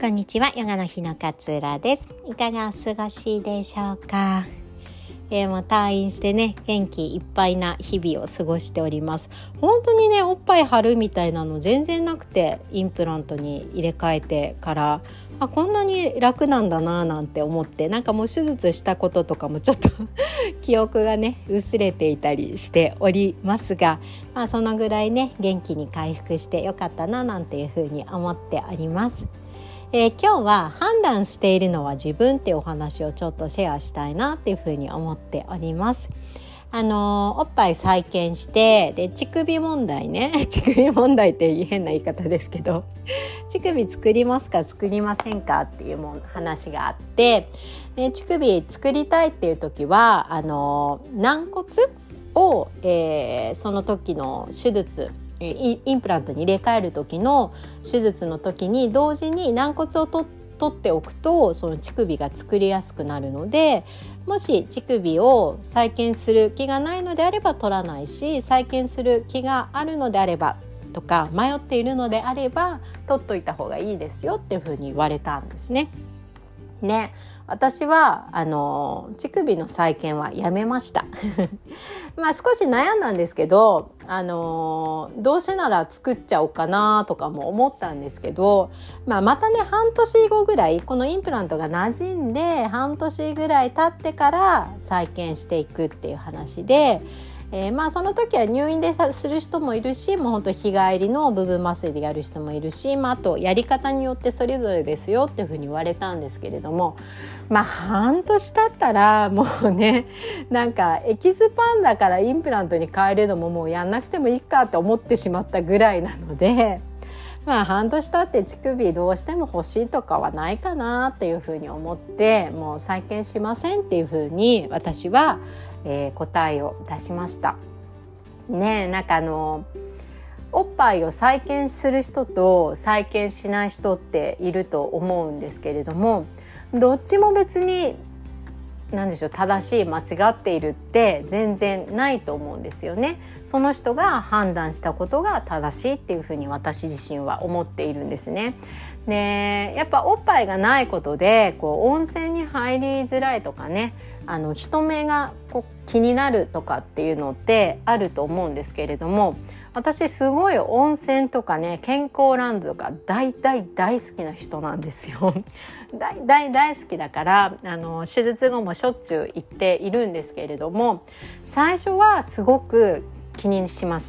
こんにちは、ヨガの日の勝浦です。いかがお過ごしでしょうか。もう退院してね、元気いっぱいな日々を過ごしております。本当にね、おっぱい張るみたいなの全然なくて、インプラントに入れ替えてからこんなに楽なんだななんて思って、なんかもう手術したこととかもちょっと記憶がね薄れていたりしておりますが、そのぐらいね元気に回復してよかったななんていうふうに思っております。今日は判断しているのは自分っていうお話をちょっとシェアしたいなっていうふうに思っております。おっぱい再建して、で乳首問題ね乳首問題って変な言い方ですけど、乳首作りますか作りませんかっていう話があって、で乳首作りたいっていう時は軟骨を、その時の手術インプラントに入れ替える時の手術の時に同時に軟骨を取っておくと、その乳首が作りやすくなるので、もし乳首を再建する気がないのであれば取らないし、再建する気があるのであればとか迷っているのであれば取っといた方がいいですよっていうふうに言われたんですね。ね、私は乳首の再建はやめました少し悩んだんですけど、どうせなら作っちゃおうかなとかも思ったんですけど、またね半年後ぐらいこのインプラントが馴染んで半年ぐらい経ってから再建していくっていう話で、その時は入院でする人もいるし、もう本当日帰りの部分麻酔でやる人もいるし、あとやり方によってそれぞれですよっていうふうに言われたんですけれども、半年経ったらもうね、なんかエキスパンダからインプラントに変えるのももうやんなくてもいいかって思ってしまったぐらいなので、半年経って乳首どうしても欲しいとかはないかなっていうふうに思って、もう再建しませんっていうふうに私は答えを出しましたね。なんかおっぱいを再建する人と再建しない人っていると思うんですけれども、どっちも別に正しい間違っているって全然ないと思うんですよね。その人が判断したことが正しいっていうふうに私自身は思っているんですね。でやっぱおっぱいがないことで温泉に入りづらいとかね、人目が気になるとかっていうのってあると思うんですけれども、私すごい温泉とかね健康ランドとか大好きな人なんですよ大好きだから手術後もしょっちゅう行っているんですけれども、最初はすごく気にしました。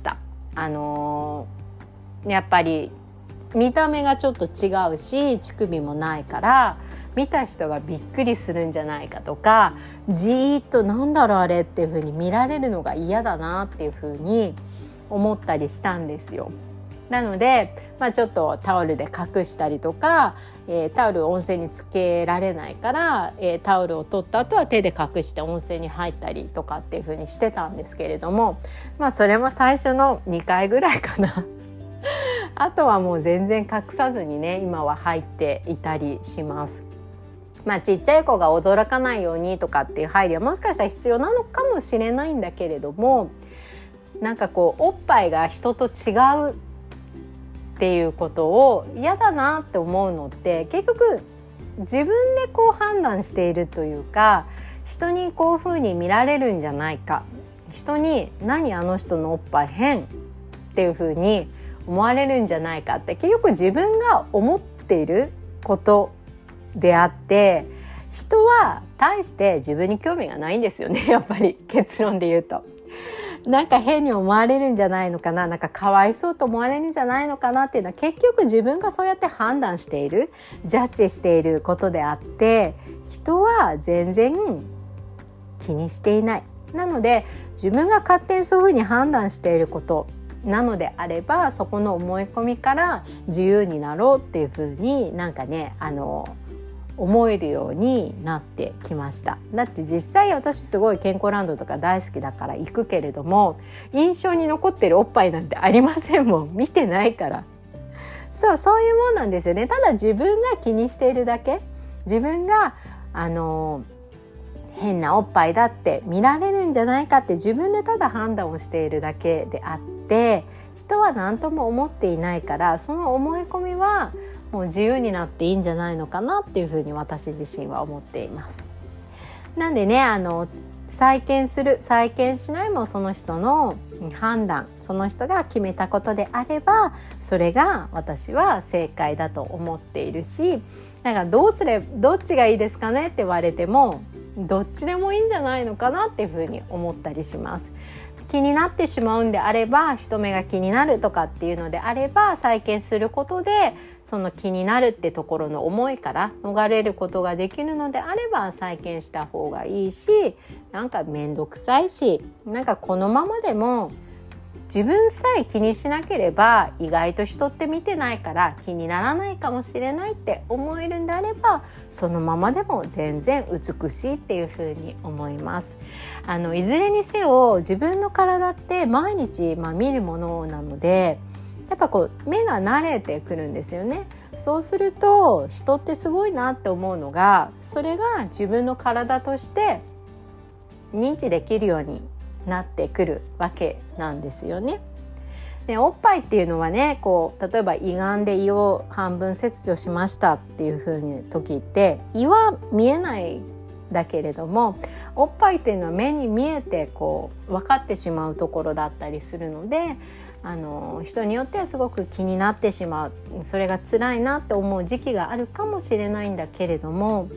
やっぱり見た目がちょっと違うし、乳首もないから見た人がびっくりするんじゃないかとか、じーっとなんだろうあれっていう風に見られるのが嫌だなっていう風に思ったりしたんですよ。なので、ちょっとタオルで隠したりとか、タオルを温泉につけられないから、タオルを取った後は手で隠して温泉に入ったりとかっていう風にしてたんですけれども、それも最初の2回ぐらいかなあとはもう全然隠さずにね今は入っていたりします。ちっちゃい子が驚かないようにとかっていう配慮はもしかしたら必要なのかもしれないんだけれども、なんかおっぱいが人と違うっていうことを嫌だなって思うのって、結局自分で判断しているというか、人にこういう風に見られるんじゃないか、人に何あの人のおっぱい変っていう風に思われるんじゃないかって、結局自分が思っていることであって、人は大して自分に興味がないんですよねやっぱり結論で言うと。なんか変に思われるんじゃないのかな、なんかかわいそうと思われるんじゃないのかなっていうのは、結局自分がそうやって判断している、ジャッジしていることであって、人は全然気にしていない。なので自分が勝手にそういうふうに判断していることなのであれば、そこの思い込みから自由になろうっていうふうになんかね思えるようになってきました。だって実際私すごい健康ランドとか大好きだから行くけれども、印象に残ってるおっぱいなんてありませんもん、見てないから。そういうもんなんですよね。ただ自分が気にしているだけ、自分が変なおっぱいだって見られるんじゃないかって自分でただ判断をしているだけであって、人は何とも思っていないから、その思い込みはもう自由になっていいんじゃないのかなっていうふうに私自身は思っています。なんでね、再建する再建しないもその人の判断、その人が決めたことであればそれが私は正解だと思っているし、だからどっちがいいですかねって言われてもどっちでもいいんじゃないのかなっていうふうに思ったりします。気になってしまうんであれば、人目が気になるとかっていうのであれば再建することでその気になるってところの思いから逃れることができるのであれば再建した方がいいし、なんかめんどくさいし、なんかこのままでも自分さえ気にしなければ意外と人って見てないから気にならないかもしれないって思えるんであればそのままでも全然美しいっていうふうに思います。いずれにせよ自分の体って毎日、見るものなのでやっぱ目が慣れてくるんですよね。そうすると人ってすごいなって思うのが、それが自分の体として認知できるようになってくるわけなんですよね。でおっぱいっていうのはね、例えば胃がんで胃を半分切除しましたっていう風に時って胃は見えないだけれどもおっぱいっていうのは目に見えて分かってしまうところだったりするので、人によってはすごく気になってしまう、それが辛いなって思う時期があるかもしれないんだけれども、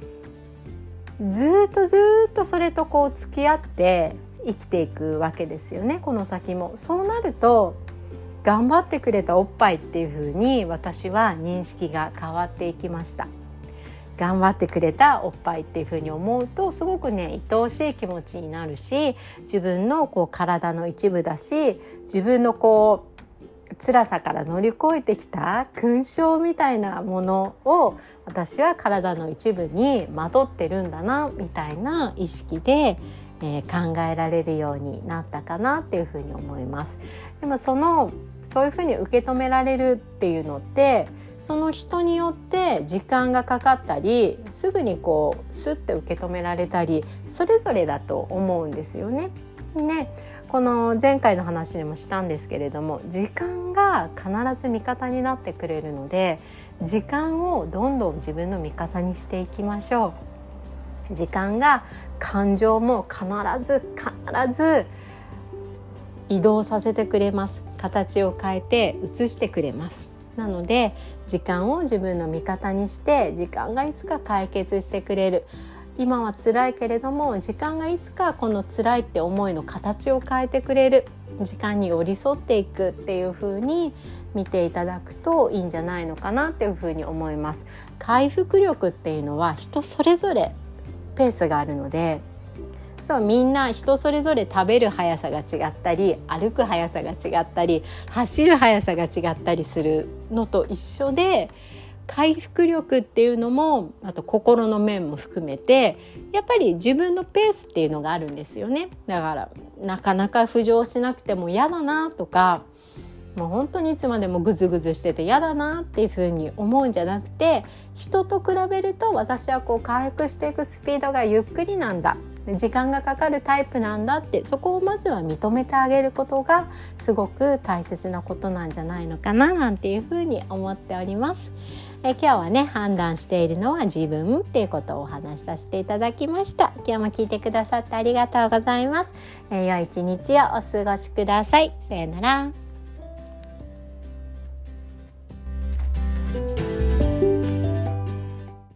ずっとそれと付き合って生きていくわけですよね、この先も。そうなると頑張ってくれたおっぱいっていう風に私は認識が変わっていきました。頑張ってくれたおっぱいっていう風に思うとすごくね愛おしい気持ちになるし、自分の体の一部だし、自分の辛さから乗り越えてきた勲章みたいなものを私は体の一部にまとってるんだなみたいな意識で考えられるようになったかなっていうふうに思います。でもそういうふうに受け止められるっていうのってその人によって時間がかかったりすぐにスッて受け止められたりそれぞれだと思うんですよね。この前回の話にもしたんですけれども、時間が必ず味方になってくれるので時間をどんどん自分の味方にしていきましょう。時間が感情も必ず移動させてくれます。形を変えて移してくれます。なので時間を自分の味方にして時間がいつか解決してくれる。今は辛いけれども時間がいつかこの辛いって思いの形を変えてくれる。時間に寄り添っていくっていう風に見ていただくといいんじゃないのかなっていう風に思います。回復力っていうのは人それぞれペースがあるので、みんな人それぞれ食べる速さが違ったり歩く速さが違ったり走る速さが違ったりするのと一緒で、回復力っていうのもあと心の面も含めてやっぱり自分のペースっていうのがあるんですよね。だからなかなか浮上しなくても嫌だなとか、もう本当にいつまでもグズグズしてて嫌だなっていう風に思うんじゃなくて、人と比べると私は回復していくスピードがゆっくりなんだ、時間がかかるタイプなんだって、そこをまずは認めてあげることがすごく大切なことなんじゃないのかななんていうふうに思っております。今日はね、判断しているのは自分っていうことをお話しさせていただきました。今日も聞いてくださってありがとうございます。良い一日をお過ごしください。さよなら。